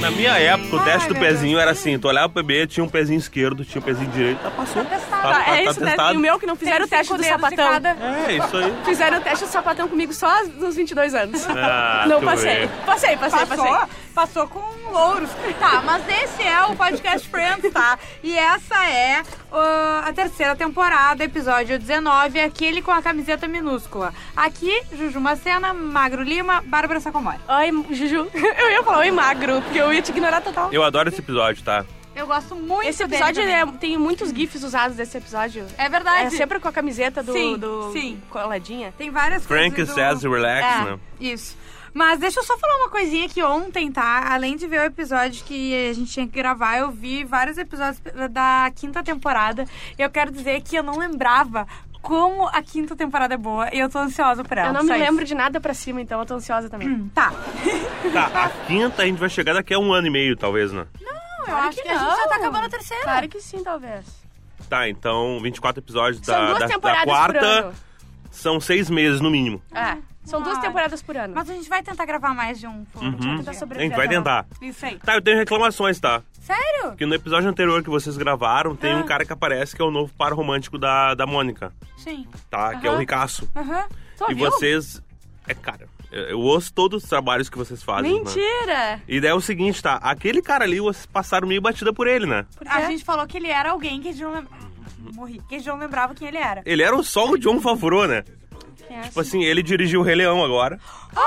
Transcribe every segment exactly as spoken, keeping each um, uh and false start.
Na minha época, o teste Ai, do pezinho era assim, tu olhava pro bebê, tinha um pezinho esquerdo, tinha um pezinho direito, tá, passou. Tá, testado. tá, tá, é tá isso, né? testado. E o meu que não fizeram o Tem teste cinco do dedos de sapatão. cada. É, isso aí. Fizeram o teste do sapatão comigo só nos vinte e dois anos. Ah, não tu passei. vê. Passei, passei, Passou, passei. passou com louros. Tá, mas esse é o Podcast Friends, tá? E essa é uh, a terceira temporada, episódio dezenove, aquele com a camiseta minúscula. Aqui, Juju Macena, Magro Lima, Bárbara Sacomori. Oi, Juju. Eu ia falar oi, magro, porque eu ia te ignorar total. Eu adoro esse episódio, tá? Eu gosto muito Esse dele episódio também. é, tem muitos gifs usados desse episódio. É verdade. É sempre com a camiseta do, Sim, do sim. coladinha. Tem várias Frank coisas do... says relax, É, né? isso. Mas deixa eu só falar uma coisinha que ontem, tá? Além de ver o episódio que a gente tinha que gravar, eu vi vários episódios da quinta temporada. E eu quero dizer que eu não lembrava como a quinta temporada é boa e eu tô ansiosa por ela. Eu não só me isso. lembro de nada pra cima, então eu tô ansiosa também. Hum, tá. Tá, a quinta a gente vai chegar daqui a um ano e meio, talvez, né? Eu acho que, a gente já tá acabando a terceira. Claro que sim, talvez. Tá, então vinte e quatro episódios São da, duas da, da temporadas por quarta, ano. são seis meses no mínimo. É, são duas Ai. temporadas por ano. Mas a gente vai tentar gravar mais de um. por Uhum. dia. tentar A sobreviver gente vai até lá. tentar. Isso aí. Tá, eu tenho reclamações, tá? Sério? Porque no episódio anterior que vocês gravaram, tem Ah. um cara que aparece que é o novo par romântico da, da Mônica, Sim. tá? Que é o Aham. Ricaço. Aham. Tu E ouviu? vocês... É, cara, eu, eu ouço todos os trabalhos que vocês fazem, né? Mentira! E daí é o seguinte, tá? Aquele cara ali, vocês passaram meio batida por ele, né? Por A quê? gente falou que ele era alguém que a gente não lembrava. Morri. Que a gente não lembrava quem ele era. Ele era só o John Favreau, né? É, Tipo assim, ele dirigiu o Rei Leão agora.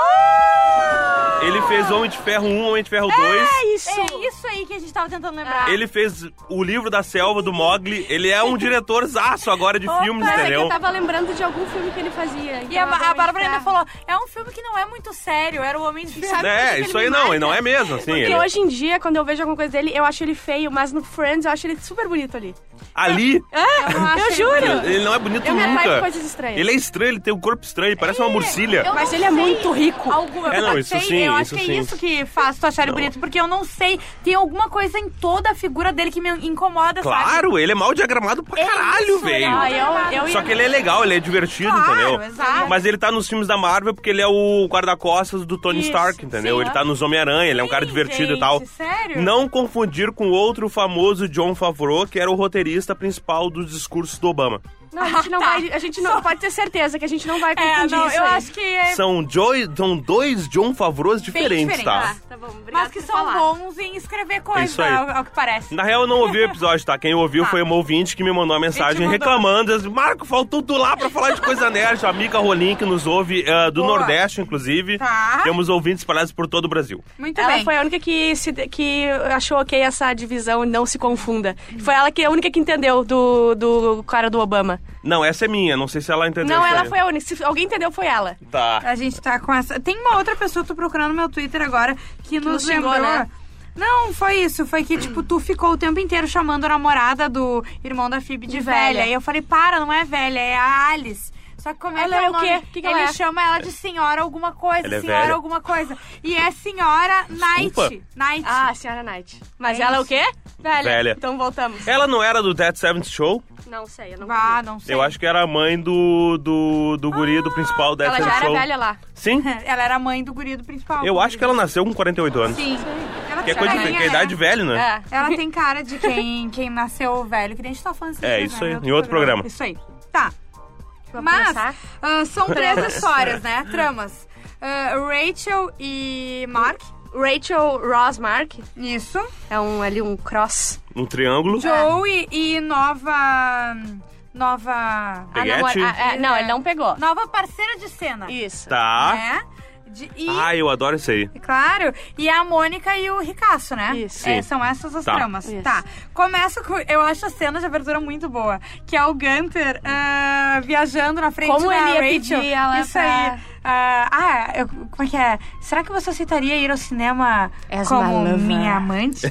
Ele fez Homem de Ferro um, Homem de Ferro dois. É isso! É isso aí que a gente tava tentando lembrar. Ele fez o livro da selva do Mowgli. Ele é um diretorzaço agora de filmes, Mas é que entendeu? eu tava lembrando de algum filme que ele fazia. E a, então eu a dei Bárbara de ainda ferro. falou, é um filme que não é muito sério, era o Homem de Ferro. Sabe por que É, que isso ele aí me não, marca? e não é mesmo, assim. Porque Ele... hoje em dia, quando eu vejo alguma coisa dele, eu acho ele feio, mas no Friends eu acho ele super bonito ali. Ali, É, Eu não acho eu ele juro! bonito. ele não é bonito Eu me atraio nunca. por coisas estranhas. Ele é estranho, ele tem um corpo estranho, ele parece uma murcilha. Eu Mas não ele é sei muito rico. Algum, eu É, não, isso sei, sim, eu acho isso que sim. é isso que faz tu achar ele Não. bonito, porque eu não sei, tem alguma coisa em toda a figura dele que me incomoda, sabe? Claro, ele é mal diagramado pra É caralho, isso, velho. Ah, eu, eu Só ia... que ele é legal, ele é divertido, Claro, entendeu? exato. Mas ele tá nos filmes da Marvel porque ele é o guarda-costas do Tony Isso, Stark, entendeu? sim, ele é. tá nos Homem-Aranha, ele é um cara Sim, divertido gente, e tal. sério? Não confundir com outro famoso John Favreau, que era o roteirista principal dos discursos do Obama. Não, a gente não Tá. vai... A gente não pode ter certeza que a gente não vai É, confundir não, isso eu aí. acho que é... São, Joy, são dois John Favreaus diferentes, diferentes, tá? Tá bom, obrigada Mas que por são falar. bons em escrever coisas, isso aí. ao, ao que parece. Na real, eu não ouvi o episódio, tá? Quem ouviu Tá. foi uma ouvinte que me mandou uma mensagem mandou. reclamando. dizendo, Marco, faltou tu lá pra falar de coisa nerd. A Mica Rolim, que nos ouve uh, do Boa. Nordeste, inclusive. Tá. Temos ouvintes espalhados por todo o Brasil. Muito Ela bem. foi a única que, se, que achou ok essa divisão, não se confunda. Foi ela que é a única que entendeu do, do cara do Obama. Não, essa é minha. Não sei se ela entendeu Não, isso ela aí. foi a única. Se alguém entendeu, foi ela. Tá. A gente tá com essa... Tem uma outra pessoa, tô procurando no meu Twitter agora, que, nos nos xingou, lembrou... né? Não, foi isso. Foi que, tipo, tu ficou o tempo inteiro chamando a namorada do irmão da Phoebe de, De velha. velha. E eu falei, para, não é velha, é a Alice. Só que como é Ela que é é o o nome? quê? Que que Ele ela é? chama ela de senhora alguma coisa, Ela é senhora velha. alguma coisa. E é senhora Desculpa. Knight. Knight. Ah, a senhora Knight. Mas É ela é o isso. quê? Velha. Velha. Então voltamos. Ela não era do That Seventh Show? Não sei, eu não Ah, vi. não sei. Eu acho que era a mãe do, do, do guri do principal That Ela já Seventh era Show. velha lá. Sim? Ela era a mãe do guri do principal. Eu acho que ela nasceu com quarenta e oito anos. Sim. Ela Que é coisa de carinha, que é idade velha, né? É. Ela tem cara de quem, quem nasceu velho, que nem a gente tá falando esses É, dias, isso né? aí, em outro programa. Isso aí. Tá. Vamos Mas começar? ah, são três histórias, né? Tramas. Ah, Rachel e Mark. Rachel Ross Mark. Isso. É um, ali um cross. Um triângulo. Joey e nova... Nova... A Peguete? namora- ah, é, não, ele não pegou. Nova parceira de cena. Isso. Tá. Né? De, e, Ah, eu adoro isso aí. claro, e a Mônica e o Ricaço, né? Isso. É, Sim. são essas as Tá. tramas. Isso. Tá. Começa com... Eu acho a cena de abertura muito boa. Que é o Gunther ah, viajando na frente Como da ele ia Rachel. pedir ela Isso pra- aí. Ah, ah, eu- como é que é? Será que você aceitaria ir ao cinema As como my lover. minha amante?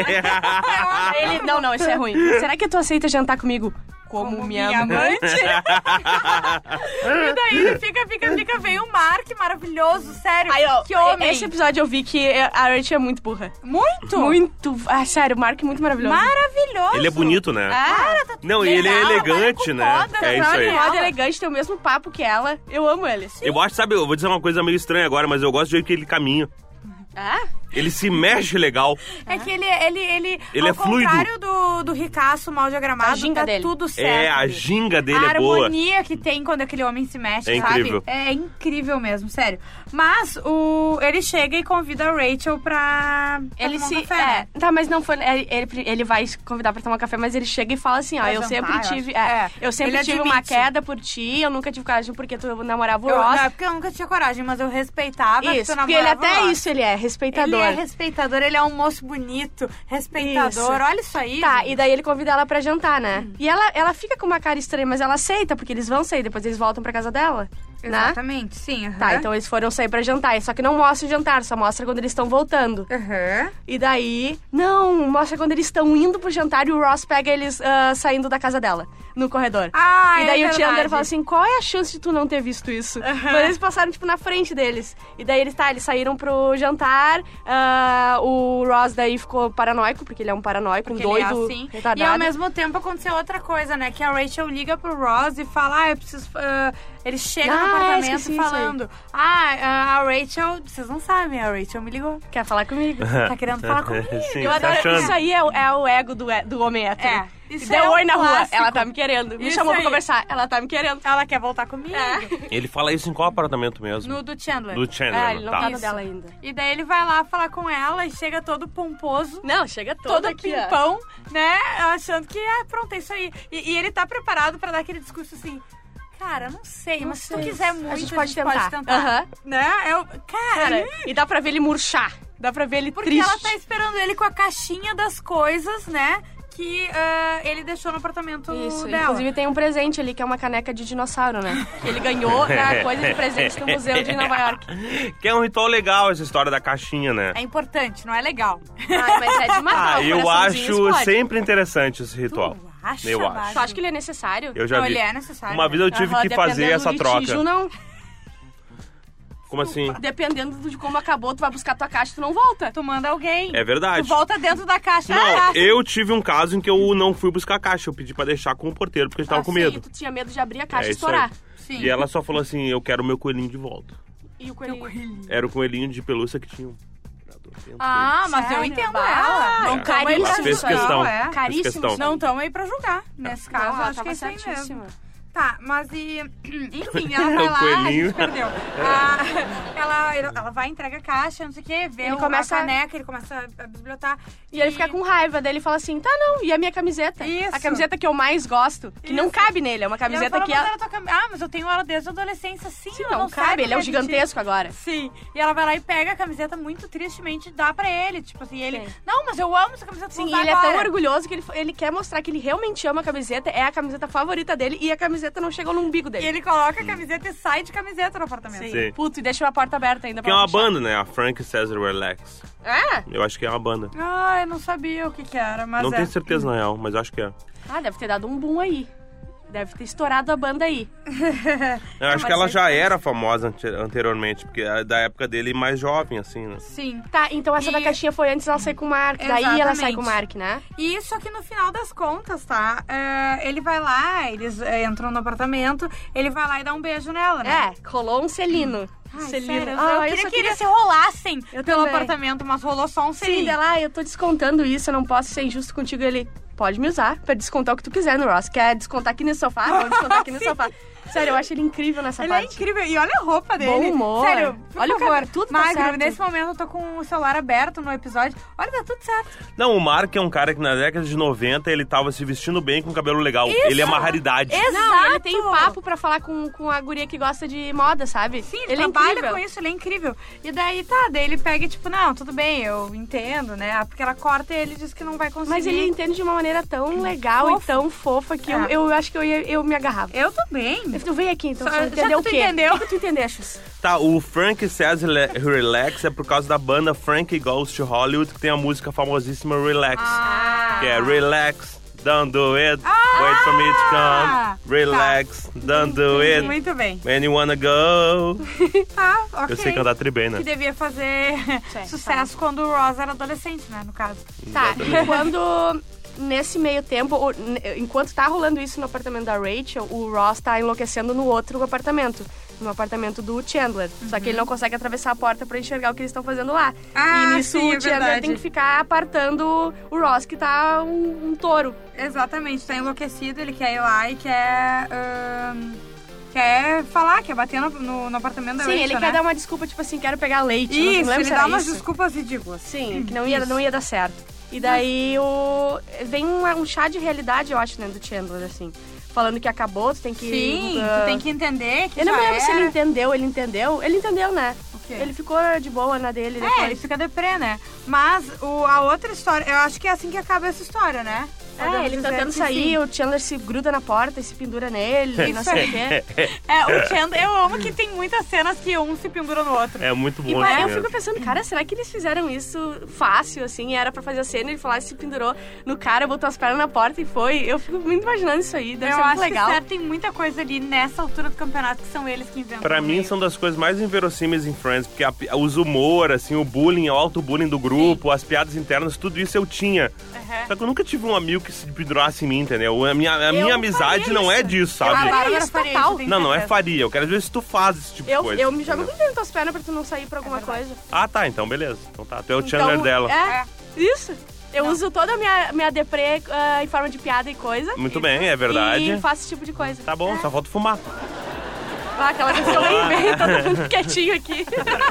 Ele, não, não, isso é ruim. Será que tu aceita jantar comigo? Como, minha, mãe? E daí fica, fica, fica, vem o Mark maravilhoso, sério. Aí, ó, que homem. esse episódio eu vi que a Rachel é muito burra. Muito? Muito. Ah, sério, o Mark é muito maravilhoso. Maravilhoso. Ele é bonito, né? Ah, Tá tudo Não, e ele é legal, elegante, para com né? moda, É isso sabe? aí. moda elegante, tem o mesmo papo que ela. Eu amo ele. Eu acho, sabe, eu vou dizer uma coisa meio estranha agora, mas eu gosto do jeito que ele caminha. Ah? Ele se mexe legal. É que ele, ele, ele, Ele ao é fluido. contrário do, do ricaço mal diagramado, A ginga tá dele. tudo certo. É, a ginga dele a é boa. harmonia que tem quando aquele homem se mexe, É sabe? incrível. É incrível mesmo, sério. Mas o, ele chega e convida a Rachel pra, pra Ele tomar se. um café, né? É, tá, mas não foi. Ele, ele, ele vai convidar pra tomar café, mas ele chega e fala assim: ó, Pra eu jantar, sempre eu tive. acho. É, É, eu sempre ele tive uma admite. queda por ti, eu nunca tive coragem porque tu namorava o Eu, Ross. não é porque eu nunca tinha coragem, mas eu respeitava. Isso, que tu porque ele namorava até o Ross. isso ele é, respeitador. Ele é respeitador, ele é um moço bonito, respeitador. Isso. Olha isso aí. Tá, gente. e daí ele convida ela pra jantar, né? E ela, ela fica com uma cara estranha, mas ela aceita, porque eles vão sair, depois eles voltam pra casa dela. Né? Exatamente, sim. Uhum. Tá, então eles foram sair pra jantar. Só que não mostra o jantar, só mostra quando eles estão voltando. Uhum. E daí, não, mostra quando eles estão indo pro jantar e o Ross pega eles ah, saindo da casa dela, no corredor. Ah, E daí é o Chandler verdade. fala assim, qual é a chance de tu não ter visto isso? Mas eles passaram, tipo, na frente deles. E daí eles, tá, eles saíram pro jantar, ah, o Ross daí ficou paranoico, porque ele é um paranoico, um Porque ele é doido, assim. retardado. E ao mesmo tempo aconteceu outra coisa, né? Que a Rachel liga pro Ross e fala, ah, eu preciso... ah, ele chega Ah, no é, apartamento esqueci isso aí. falando, ah, a Rachel... Vocês não sabem, a Rachel me ligou. Quer falar comigo? Tá querendo falar comigo. Sim, Eu tá adoro, achando. isso aí é, o- é o ego do, do homem hétero. É, isso Deu é um oi na rua, clássico. ela tá me querendo. Me Isso chamou pra aí. conversar, ela tá me querendo. Ela quer voltar comigo. Ele fala isso em qual apartamento mesmo? No do Chandler. Do Chandler, É, ele não tá. tá no Isso. dela ainda. E daí ele vai lá falar com ela e chega todo pomposo. Não, chega todo, Todo aqui, ó. pimpão, né? Achando que, ah, pronto, é isso aí. E, e ele tá preparado pra dar aquele discurso assim... Cara, não sei, Não mas se tu sei. quiser muito, A gente pode tentar. pode tentar. Aham. Né? Eu, cara, Cara, e dá pra ver ele murchar. Dá pra ver ele porque triste. ela tá esperando ele com a caixinha das coisas, né? Que ah, ele deixou no apartamento Isso, dela. inclusive tem um presente ali, que é uma caneca de dinossauro, né? Que ele ganhou na coisa de presente do museu de Nova York. Que é um ritual legal essa história da caixinha, né? É importante, não é legal. Ai, mas é de matar Ah, o eu coraçãozinho, acho explode. sempre interessante esse ritual. Tu acha, Eu acho. Bárbara? Tu acha que ele é necessário? Eu já Não, vi. ele é necessário. Uma vez eu tive Aham, que fazer dependendo essa do troca. litígio, não. Como assim? Dependendo de como acabou, tu vai buscar tua caixa e tu não volta. Tu manda alguém. É verdade. Tu volta dentro da caixa. Não, Ah, eu tive um caso em que eu não fui buscar a caixa. Eu pedi pra deixar com o porteiro, porque a gente tava Ah, com sim, medo. tu tinha medo de abrir a caixa É e isso estourar. aí. Sim. E ela só falou assim, eu quero o meu coelhinho de volta. E o coelhinho. Era o coelhinho de pelúcia que tinha um... Ah, mas eu Sério? entendo Bah, ela. Não é. tamo aí pra Ela fez julgar. questão. É. Fez Caríssimo. questão. isso aí. Não estamos aí pra julgar. Nesse caso, Não, ela acho que tava é isso aí certíssima. mesmo. Tá, mas e... Enfim, ela vai O lá, coelhinho. a gente perdeu. Ah, ela, ela vai, entrega a caixa, não sei o quê, vê Ele o, começa- a caneca, ele começa a bisbilhotar. E ele fica com raiva, daí ele fala assim, tá não, e a minha camiseta? Isso. A camiseta que eu mais gosto, que não Isso. cabe nele, é uma E ela camiseta fala, que mas ela... era tua cam- Ah, mas eu tenho ela desde a adolescência. Sim, Sim, ela não, sabe cabe, ele é o que a gente- gigantesco agora. Sim. E ela vai lá e pega a camiseta muito tristemente e dá pra ele. Tipo assim, ele... Sim. Não, mas eu amo essa camiseta. Sim, vou e usar ele é tão agora." orgulhoso que ele, ele quer mostrar que ele realmente ama a camiseta, é a camiseta favorita dele e a camiseta não chegou no umbigo E dele. ele coloca a camiseta e sai de camiseta no apartamento. Sim. Sim. Puto, e deixa a porta aberta ainda Que pra é uma fechar. banda, né? A Frank Cesar Relax. É? Eu acho que é uma banda. Ah, eu não sabia o que que era, mas Não é. tenho certeza na real, mas acho que é. Ah, deve ter dado um boom aí. Deve ter estourado a banda aí. Eu acho mas que ela é já que- era famosa ante- anteriormente, porque é da época dele mais jovem, assim, né? Sim. Tá, então essa E- da caixinha foi antes dela sair com o Mark, daí ela sai Exatamente. com o Mark, né? E isso aqui no final das contas, tá? É, ele vai lá, eles é, entram no apartamento, ele vai lá e dá um beijo nela, né? É, rolou um selino. Ai, selino. sério, eu, Ah, eu eu queria só que eles se rolassem Eu pelo também. apartamento, mas rolou só um Sim, selinho. dela, ah, eu tô descontando isso, eu não posso ser injusto contigo. Ele, pode me usar pra descontar o que tu quiser no Ross. Quer descontar aqui nesse sofá? Vamos descontar aqui no sofá. Sério, eu acho ele incrível nessa Ele é parte. incrível. E olha a roupa dele. Bom humor. Sério, por Olha o favor. cabelo, tudo tá Magro, certo. nesse momento eu tô com o celular aberto no episódio. Olha, tá tudo certo. Não, o Mark é um cara que na década de noventa ele tava se vestindo bem com cabelo legal. Ele é uma raridade. Exato. Não, ele tem papo pra falar com, com a guria que gosta de moda, sabe? Sim, ele, ele é trabalha incrível. com isso, ele é incrível. E daí, tá, daí ele pega e tipo, não, tudo bem, eu entendo, né? Porque ela corta e ele diz que não vai conseguir. Mas ele entende de uma maneira tão legal Fofo. e tão fofa que eu, É. eu acho que eu, ia, eu me agarrava. Eu também. Tu vem aqui, então, Só- você já entendeu o que tu quê? entendeu. O que tu entendeste? Tá, o Frank Says Rela- Relax é por causa da banda Frankie Goes to Hollywood, que tem a música famosíssima Relax. Ah. Que é Relax, don't do it, wait for me to Ah. come. Relax, don't do it, Muito bem. when you wanna go. Tá, ok. Eu sei cantar tri bem, né? Que devia fazer Sim, sucesso quando o Ross era adolescente, né, no caso. Tá, Exatamente. e quando... Nesse meio tempo, o- n- enquanto tá rolando isso no apartamento da Rachel, o Ross tá enlouquecendo no outro apartamento. no apartamento do Chandler. Uhum. Só que ele não consegue atravessar a porta pra enxergar o que eles estão fazendo lá. Ah, e nisso sim, o é Chandler verdade. tem que ficar apartando o Ross, que tá um, um touro. Exatamente, tá enlouquecido, ele quer ir lá e quer... ahn, quer falar, quer bater no, no, no apartamento da Sim, Rachel, ele né? quer dar uma desculpa, tipo assim, quero pegar leite. Isso, não lembro ele se dá era umas isso. desculpas ridículas. Sim, que não ia, Isso. não ia dar certo. E daí o... vem um, um chá de realidade, eu acho, né, do Chandler, assim. Falando que acabou, tu tem que... Sim, uh, tu tem que entender que Eu não já me lembro se ele era. entendeu, ele entendeu. Ele entendeu, né? O quê? Ele ficou de boa na dele É, depois. ele fica deprê, né? Mas o, a outra história, eu acho que é assim que acaba essa história, né? É, Podemos ele dizer tentando que sair, sim. o Chandler se gruda na porta e se pendura nele e não sei o quê. É, o Chandler, eu amo que tem muitas cenas que um se pendura no outro. É muito E bom mas isso eu mesmo. fico pensando, cara, será que eles fizeram isso fácil, assim? Era pra fazer a cena, ele foi lá e se pendurou no cara, botou as pernas na porta e foi. Eu fico muito imaginando isso aí, deve eu ser muito acho legal. que certo, tem muita coisa ali nessa altura do campeonato que são eles que inventam. Pra no mim, meio. são das coisas mais inverossímeis em Friends, porque a, pi- os humor, assim, o bullying, o auto-bullying do grupo, as piadas internas, tudo isso eu tinha. Uhum. Só que eu nunca tive um amigo que se pendurasse em mim, entendeu? A minha, a Eu minha amizade faria não é isso. disso, Eu sabe? A faria Bárbara isso faria total. isso, tenho Não, não é certeza. faria. Eu quero ver se tu faz esse tipo de Eu, coisa. eu me jogo entendeu? muito dentro das pernas pra tu não sair pra alguma coisa. Ah, tá, então beleza. Então tá, tu é o Chandler Então, dela. É, isso. Eu uso toda a minha, minha deprê ah, em forma de piada e coisa. Muito bem, é verdade. E faço esse tipo de coisa. Tá bom, só falta fumar. Ah, aquela vez que eu nem bem, todo mundo quietinho aqui.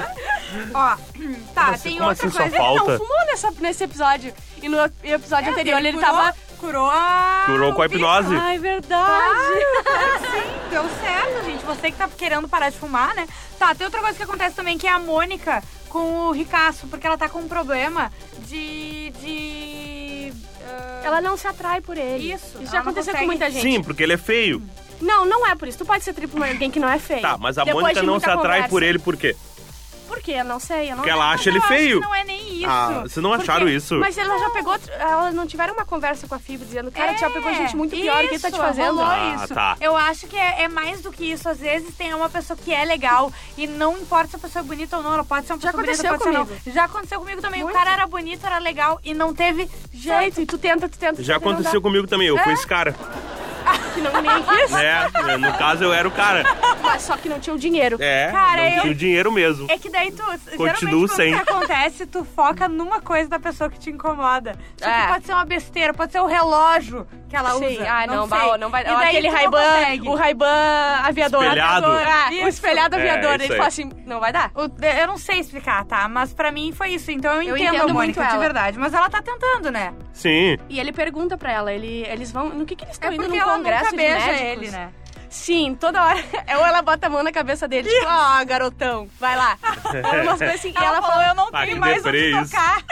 Ó, tá, Como assim- tem como outra assim só coisa. falta? Ele não fumou nessa, nesse episódio. E no episódio É, anterior ele, curou, tava... Curou a... Curou com a o vício. hipnose. Ai, verdade. Sim, deu certo, gente. Você que tá querendo parar de fumar, né? Tá, tem outra coisa que acontece também, que é a Mônica com o Ricasso, porque ela tá com um problema de... de ah, Ela não se atrai por ele. Isso, Isso ela já não aconteceu consegue- com muita gente. Sim, porque ele é feio. Não, não é por isso. Tu pode ser triplo alguém que não é feio. Tá, mas a Depois Mônica de não muita se atrai conversa. por ele por quê? Por quê? Eu não sei. Eu não Porque ela lembro. acha ele eu acho feio. que não é nem isso. Ah, vocês não acharam Porque- isso? Mas ela já pegou... Ela não tiveram uma conversa com a Phoebe dizendo, cara, tu já pegou gente muito pior, o que ele tá te isso, fazendo? rolou Ah, isso. tá. Eu acho que é, é mais do que isso. Às vezes tem uma pessoa que é legal e não importa se a pessoa é bonita ou não, ela pode ser uma Já pessoa bonita, aconteceu pode comigo. ser não. Já aconteceu comigo também. Muito. O cara era bonito, era legal e não teve Jeito, e tu tenta, tu tenta. tu Já tenta, não aconteceu comigo também, eu fui esse cara. dá. Que não nem quis, É, no caso eu era o cara. mas só que não tinha o dinheiro. É, Cara, não eu- tinha o dinheiro mesmo. É que daí tu, Continuo geralmente quando sem. isso acontece, tu foca numa coisa da pessoa que te incomoda. Só É. que pode ser uma besteira, pode ser o relógio que ela Sim, usa. ah, não, sei. não, não vai. E daí Aquele tu não Ray-Ban, consegue. o Ray-Ban aviador. Espelhado. Aviador, ah, o Isso. espelhado É, aviador. isso Ele aí. fala assim, não vai dar. O- eu não sei explicar, tá? Mas pra mim foi isso. Então eu Eu entendo, entendo a muito Mônica, de ela. verdade. Mas ela tá tentando, né? Sim. E ele pergunta pra ela, ele, eles vão... No que que eles estão É indo porque num ela congresso nunca de beija médicos? ele, né? Sim, toda hora. Ou ela bota a mão na cabeça dele, tipo, ó, garotão, vai lá. Ou umas coisas assim. E ela fala, eu não Ah, que tenho mais deprê onde isso. tocar.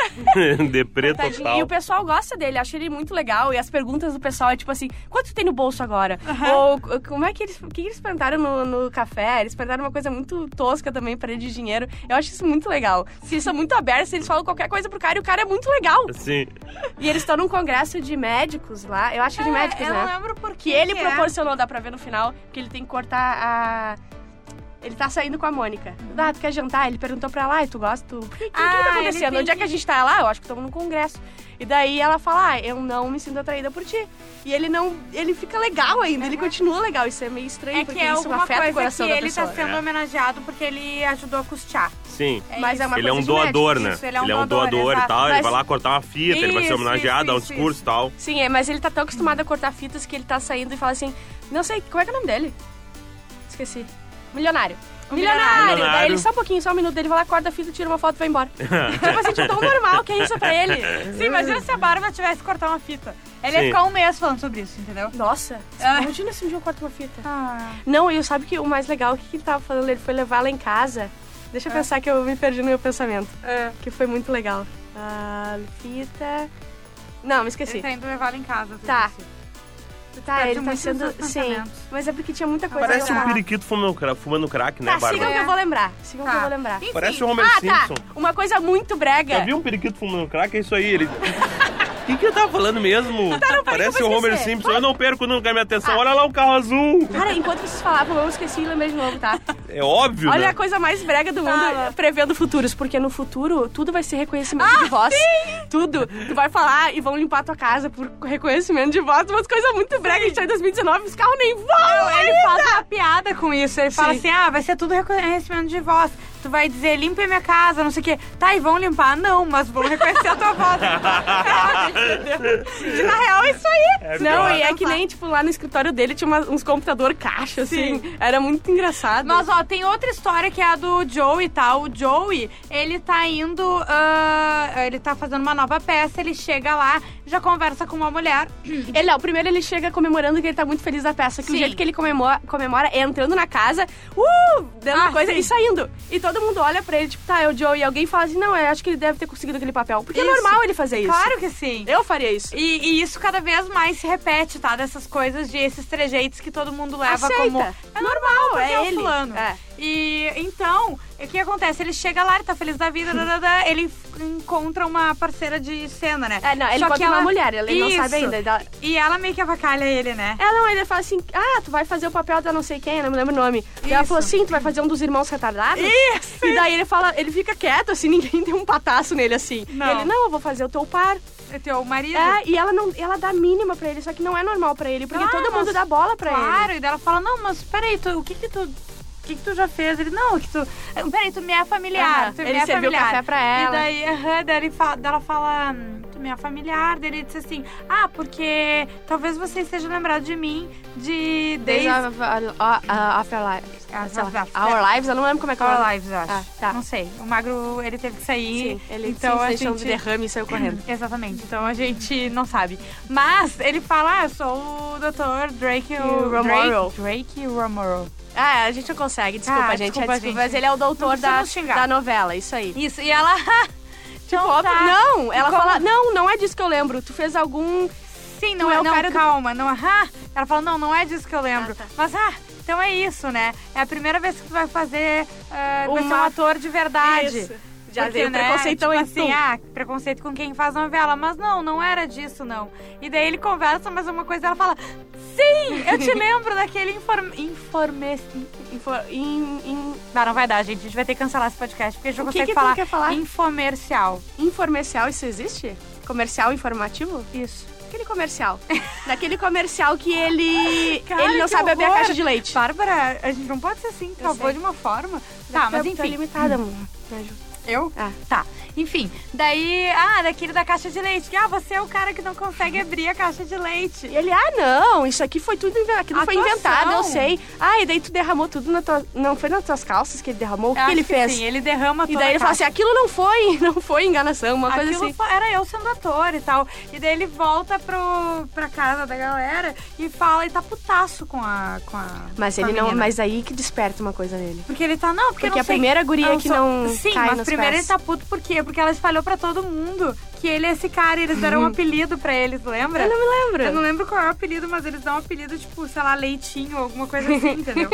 Deprê tadinho. total. E o pessoal gosta dele, acha ele muito legal. E as perguntas do pessoal é tipo assim, quanto tu tem no bolso agora? Ou como é que eles... O que eles perguntaram no, no café? Eles perguntaram uma coisa muito tosca também pra ele de dinheiro. Eu acho isso muito legal. Se eles são muito abertos, eles falam qualquer coisa pro cara e o cara é muito legal. Sim. E eles estão num congresso de médicos lá. Eu acho que de médicos, eu né? não lembro por Que ele é. proporcionou, dá pra ver no final, que ele tem que cortar a... Ele tá saindo com a Mônica. Ah, tu quer jantar? Ele perguntou pra ela, ah, tu gosta? Tu... O que, que, Ah, que tá ele acontecendo? tem Onde é que a que- gente tá lá? Eu acho que estamos num congresso. E daí ela fala, ah, eu não me sinto atraída por ti. E ele não... Ele fica legal ainda, ele continua legal. Isso é meio estranho, É porque que é isso alguma afeta coisa o coração que da ele pessoa. tá sendo É. homenageado porque ele ajudou a custear. Sim. Mas isso. é uma Ele é um coisa de doador, médico. né? Isso, ele é um doador, doador, e exato. tal. Ele Mas- vai lá cortar uma fita, ele vai ser Isso, homenageado, dar um isso, discurso e tal. Sim, é, mas ele tá tão acostumado a cortar fitas que ele tá saindo e fala assim, não sei, como é que é o nome dele? Esqueci. Milionário. O Milionário. milionário. Daí ele só um pouquinho, só um minuto, ele vai lá, corta a fita, tira uma foto e vai embora. Tipo assim, tipo, tão normal que é isso pra ele. Sim, imagina se a Bárbara tivesse que cortar uma fita. Ele ia Sim. ficar um mês falando sobre isso, entendeu? Nossa, Ah. imagina se um dia eu corto uma fita. Ah. Não, e eu sabe que o mais legal, o que, que ele tava falando? Ele foi levar ela em casa. Deixa eu pensar que eu me perdi no meu pensamento. É. Que foi muito legal. Ah, fita... Não, me esqueci. Ele tá indo levar ela em casa. tu Tá. disse. Tá, perde ele tá muito os sendo... seus Sim, pensamentos. mas é porque tinha muita coisa Parece pra um falar. periquito fumando, cra- fumando crack, né, Tá, sigam Bárbara? que eu vou lembrar. Sigam que eu Tá. vou lembrar. Enfim. Parece o Homer Ah, Simpson. tá. Uma coisa muito brega. Já viu um periquito fumando crack? É isso aí, ele... que que eu tava falando mesmo? Tá, não, peraí, Parece eu o vou Homer esquecer. Simpson. Eu não perco nunca a minha atenção. Ah. Olha lá o carro azul. Cara, enquanto vocês falavam, eu esqueci e lembrei de novo, tá? É óbvio, Olha né? a coisa mais brega do mundo, Fala. prevendo futuros, porque no futuro tudo vai ser reconhecimento de voz. Tudo. Tu vai falar e vão limpar a tua casa por reconhecimento de voz, umas coisas muito bregas. A gente tá em dois mil e dezenove, os carros nem vão. Ele faz uma piada com isso. Ele fala Sim. assim, ah, vai ser tudo reconhecimento de voz. Tu vai dizer, limpe a minha casa, não sei o quê. Tá, e vão limpar? Não, mas vão reconhecer a tua voz. E na real, é isso aí. É Não, pior. e é que nem, tipo, lá no escritório dele tinha uma- uns computador caixa, assim. Sim. Era muito engraçado. Mas, ó, tem outra história que é a do Joey e tal. O Joey, ele tá indo... ah, ele tá fazendo uma nova peça, ele chega lá, já conversa com uma mulher. Ele, não, primeiro ele chega comemorando que ele tá muito feliz da peça. Que Sim. o jeito que ele comemora, comemora é entrando na casa, uh, dando Ah, coisa sim. e saindo. E todo mundo olha pra ele, tipo, tá, é o Joe. E alguém fala assim, não, eu acho que ele deve ter conseguido aquele papel. Porque Isso. é normal ele fazer isso. Claro que sim. Eu faria isso. E, e isso cada vez mais se repete, tá? Dessas coisas, de esses trejeitos que todo mundo leva Aceita. como... É normal, porque é é o ele. fulano. É. E então, o que acontece? Ele chega lá, ele tá feliz da vida, dadada, ele f- encontra uma parceira de cena, né? É, não, ele Só encontra que ela... uma mulher, ele não Isso. sabe ainda. Ela- E ela meio que avacalha ele, né? É, não, ele fala assim, ah, tu vai fazer o papel da não sei quem, eu não me lembro o nome. E ela Isso. falou assim, tu vai fazer um dos irmãos retardados? Isso! E daí ele fala, ele fica quieto, assim, ninguém tem um pataço nele, assim. Não. E ele, não, eu vou fazer o teu par. É teu marido. É, e ela não, ela dá a mínima pra ele, só que não é normal pra ele, porque Ah, todo mundo mas- dá bola pra ele. Claro, e daí ela fala, não, mas peraí, tu, o que que tu... O que, que tu já fez? Ele, não, que tu... Peraí, tu me é familiar. Aham, Tu me ele é serviu familiar. café pra ela. E daí, aham, daí ele fala, daí ela fala, hum, tu me é familiar. Daí ele disse assim, ah, porque talvez você esteja lembrado de mim de... Days Desde... of, uh, uh, of Our Lives. Ah, Sei lá. tá, tá. Our Lives, eu não lembro como é que é o Our nome. Lives, eu acho. Ah, tá. Não sei. O Magro, ele teve que sair. Sim, ele então se a deixou gente... de derrame e saiu correndo. Exatamente. Então a gente não sabe. Mas ele fala, ah, eu sou o doutor Drake Romero. Drake, Drake Romero. Ah, a gente não consegue, desculpa, Ah, gente. desculpa, é, desculpa, gente. mas ele é o doutor Não da, precisa nos xingar. da novela, isso aí. Isso, e ela... Tipo, Então tá. não, ela E como- fala, não, não é disso que eu lembro. Tu fez algum... Sim, não Tu é, é o não, cara do- calma, não, ah, ela fala, não, não é disso que eu lembro. Ah, tá. Mas, ah, então é isso, né? É a primeira vez que tu vai fazer, ah, vai ser um Uma- ator de verdade. Isso. Já Porque, veio né, preconceitão tipo em assim, tu. ah, preconceito com quem faz novela. Mas não, não era disso, não. E daí ele conversa, mas uma coisa ela fala, sim, eu te lembro daquele informe... informe... Info, in, in, Não, não vai dar, gente. A gente vai ter que cancelar esse podcast, porque a gente não O que consegue que tu falar, quer falar? infomercial. Informercial, isso existe? Comercial informativo? Isso. Aquele comercial. Daquele comercial que ele... Cara, ele não que sabe abrir a horror. caixa de leite. Bárbara, a gente não pode ser assim, Eu acabou sei. de uma forma. Tá, mas Tá enfim. limitada, amor. Me ajuda. Eu? Ah. Tá. Enfim, daí, ah, daquele da caixa de leite. Que, ah, você é o cara que não consegue abrir a caixa de leite. E ele, ah, não, isso aqui foi tudo inventado. Aquilo foi Atuação. inventado, eu sei. Ah, e daí tu derramou tudo na tua... Não foi nas tuas calças que ele derramou? O que, Eu que ele acho fez? Sim, ele derrama E toda daí a ele fala assim, caixa. aquilo não foi, não foi enganação, uma coisa Aquilo assim. foi- era eu sendo ator e tal. E daí ele volta pro, pra casa da galera e fala, e tá putaço com a, com a Mas com a ele não... menina. Mas aí que desperta uma coisa nele. Porque ele tá, não, porque, Porque não a sei- primeira guria eu que sou- não Sim, cai mas nos primeiro pés. ele tá puto por quê? Porque ela espalhou pra todo mundo que ele é esse cara e eles deram um apelido pra eles, lembra? Eu não me lembro. Eu não lembro qual é o apelido, mas eles dão um apelido, tipo, sei lá, leitinho ou alguma coisa assim, entendeu?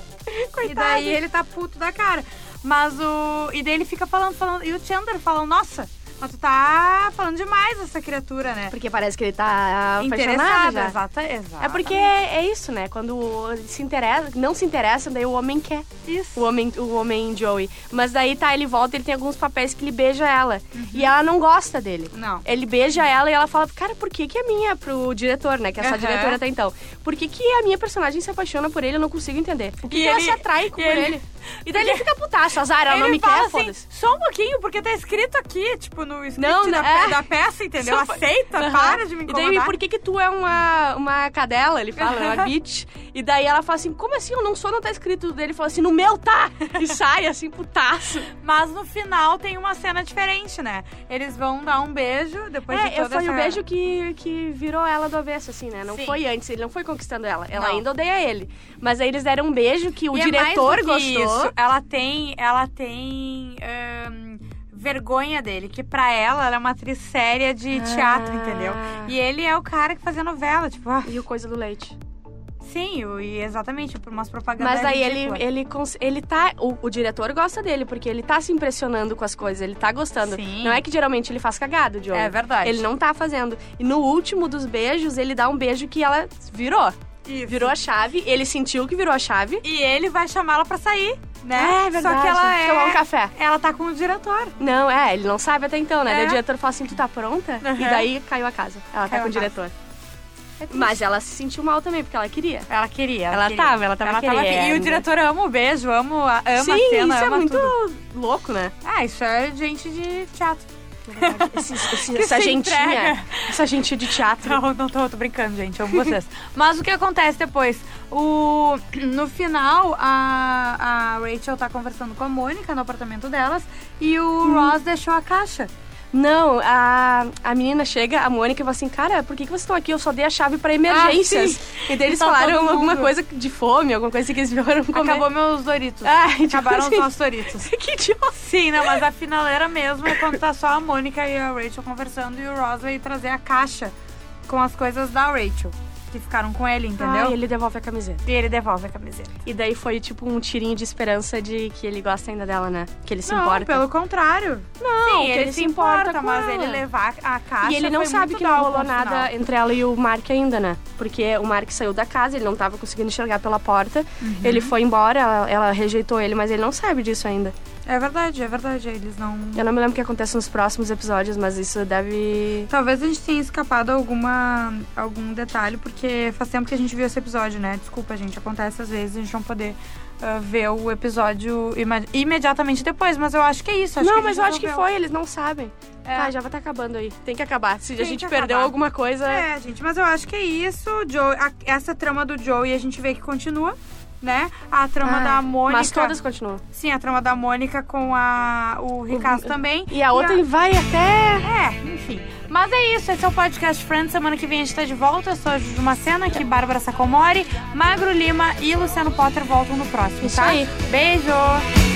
E daí ele tá puto da cara. Mas o... E daí ele fica falando, falando... E o Chandler falando, nossa, mas tu tá falando demais dessa criatura, né? Porque parece que ele tá apaixonado Interessado, já. exata, exato. É porque é isso, né? Quando se interessa, não se interessa, daí o homem quer. Isso. O homem, o homem Joey. Mas daí tá, ele volta, ele tem alguns papéis que ele beija ela. E ela não gosta dele. Não. Ele beija ela e ela fala, cara, por que que a minha, pro diretor, né? Que é só Aham. diretora até então. Por que que a minha personagem se apaixona por ele? Eu não consigo entender. O que, E que ela ele- se atrai por e ele- ele? E daí ele fica putaço, azar, ela Ele não me fala quer, assim, foda-se. só um pouquinho, porque tá escrito aqui, tipo, no script Não, da, é. da peça, entendeu? Só- Aceita, Aham. para de me E incomodar. daí, por que que tu é uma, uma cadela? Ele fala, uma bitch. E daí ela fala assim, como assim? Eu não sou, não tá escrito. Daí ele fala assim, no meu tá! E sai assim, putaço. Mas no final tem uma cena diferente, né? Eles vão dar um beijo depois de É, toda foi essa... o beijo que, que virou ela do avesso, assim, né? Não Sim. foi antes, ele não foi conquistando ela. Ela Não. ainda odeia ele. Mas aí eles deram um beijo que o E é diretor mais do que gostou. isso, ela tem, ela tem ahn, vergonha dele, que pra ela, ela é uma atriz séria de teatro, Ah. entendeu? E ele é o cara que fazia novela, tipo, ah, E o coisa do leite. Sim, e exatamente, por umas propagandas Mas aí ele, ridículas. ele, cons- ele tá... O, o diretor gosta dele, porque ele tá se impressionando com as coisas, ele tá gostando. Sim. Não é que geralmente ele faz cagada, Joey. É verdade. Ele não tá fazendo. E no último dos beijos, ele dá um beijo que ela virou. Isso. Virou a chave, ele sentiu que virou a chave. E ele vai chamá-la pra sair, né? É verdade. Só que ela é... Tomar um café. Ela tá com o diretor. Não, é, ele não sabe até então, né? É. Daí o diretor fala assim, tu tá pronta? Uhum. E daí caiu a casa. Ela Caiu tá com o a casa. diretor. Mas ela se sentiu mal também, porque ela queria. Ela queria. Ela queria. tava, ela tava querendo. E o querendo. diretor ama o beijo, ama, a- ama Sim, a cena, isso é ama muito tudo. louco, né? Ah, isso é gente de teatro. Esse, esse, Que essa se gentinha. entrega. Essa gentinha de teatro. Não, não tô, tô brincando, gente, amo vocês. Mas o que acontece depois? O, no final, a, a Rachel tá conversando com a Mônica no apartamento delas e o Hum. Ross deixou a caixa. Não, a, a menina chega, a Mônica, e fala assim, cara, por que, que vocês estão aqui? Eu só dei a chave pra emergências. Ah, e daí eles Tá todo falaram mundo. alguma coisa de fome, alguma coisa que eles vieram comer. Acabou meus Doritos. Ai, tipo Acabaram assim. os nossos Doritos. Que idiota. Sim, não, mas a finaleira mesmo é quando tá só a Mônica e a Rachel conversando e o Ross vai trazer a caixa com as coisas da Rachel, que ficaram com ele, entendeu? Ah, e ele devolve a camiseta. E ele devolve a camiseta. E daí foi tipo um tirinho de esperança de que ele gosta ainda dela, né? Que ele se não, importa. pelo contrário. Não, Sim, que ele, se importa, com mas ela. ele levar a caixa E ele não foi sabe muito que não dálma rolou no nada final. entre ela e o Mark ainda, né? Porque o Mark saiu da casa, ele não tava conseguindo enxergar pela porta. Uhum. Ele foi embora, ela, ela rejeitou ele, mas ele não sabe disso ainda. É verdade, é verdade. Eles não... Eu não me lembro o que acontece nos próximos episódios, mas isso deve... Talvez a gente tenha escapado alguma, algum detalhe, porque faz tempo que a gente viu esse episódio, né? Desculpa, gente. Acontece às vezes a gente não poder uh, ver o episódio ima- imediatamente depois, mas eu acho que é isso. Acho não, que a mas gente eu acho que resolveu. foi, eles não sabem. É. Tá, já vai estar acabando aí. Tem que acabar. Se Tem a gente que perdeu acabar. alguma coisa... É, gente, mas eu acho que é isso. Joe, a- essa trama do Joey a gente vê que continua, né? A trama Ai, da Mônica... Mas todas continuam. Sim, a trama da Mônica com a, o Ricardo também. E a outra vai até... É, enfim. Mas é isso, esse é o Podcast Friends. Semana que vem a gente tá de volta. Eu sou a Juju Macena, aqui Bárbara Sacomori, Magro Lima e Luciano Potter voltam no próximo, Isso tá? aí. Beijo!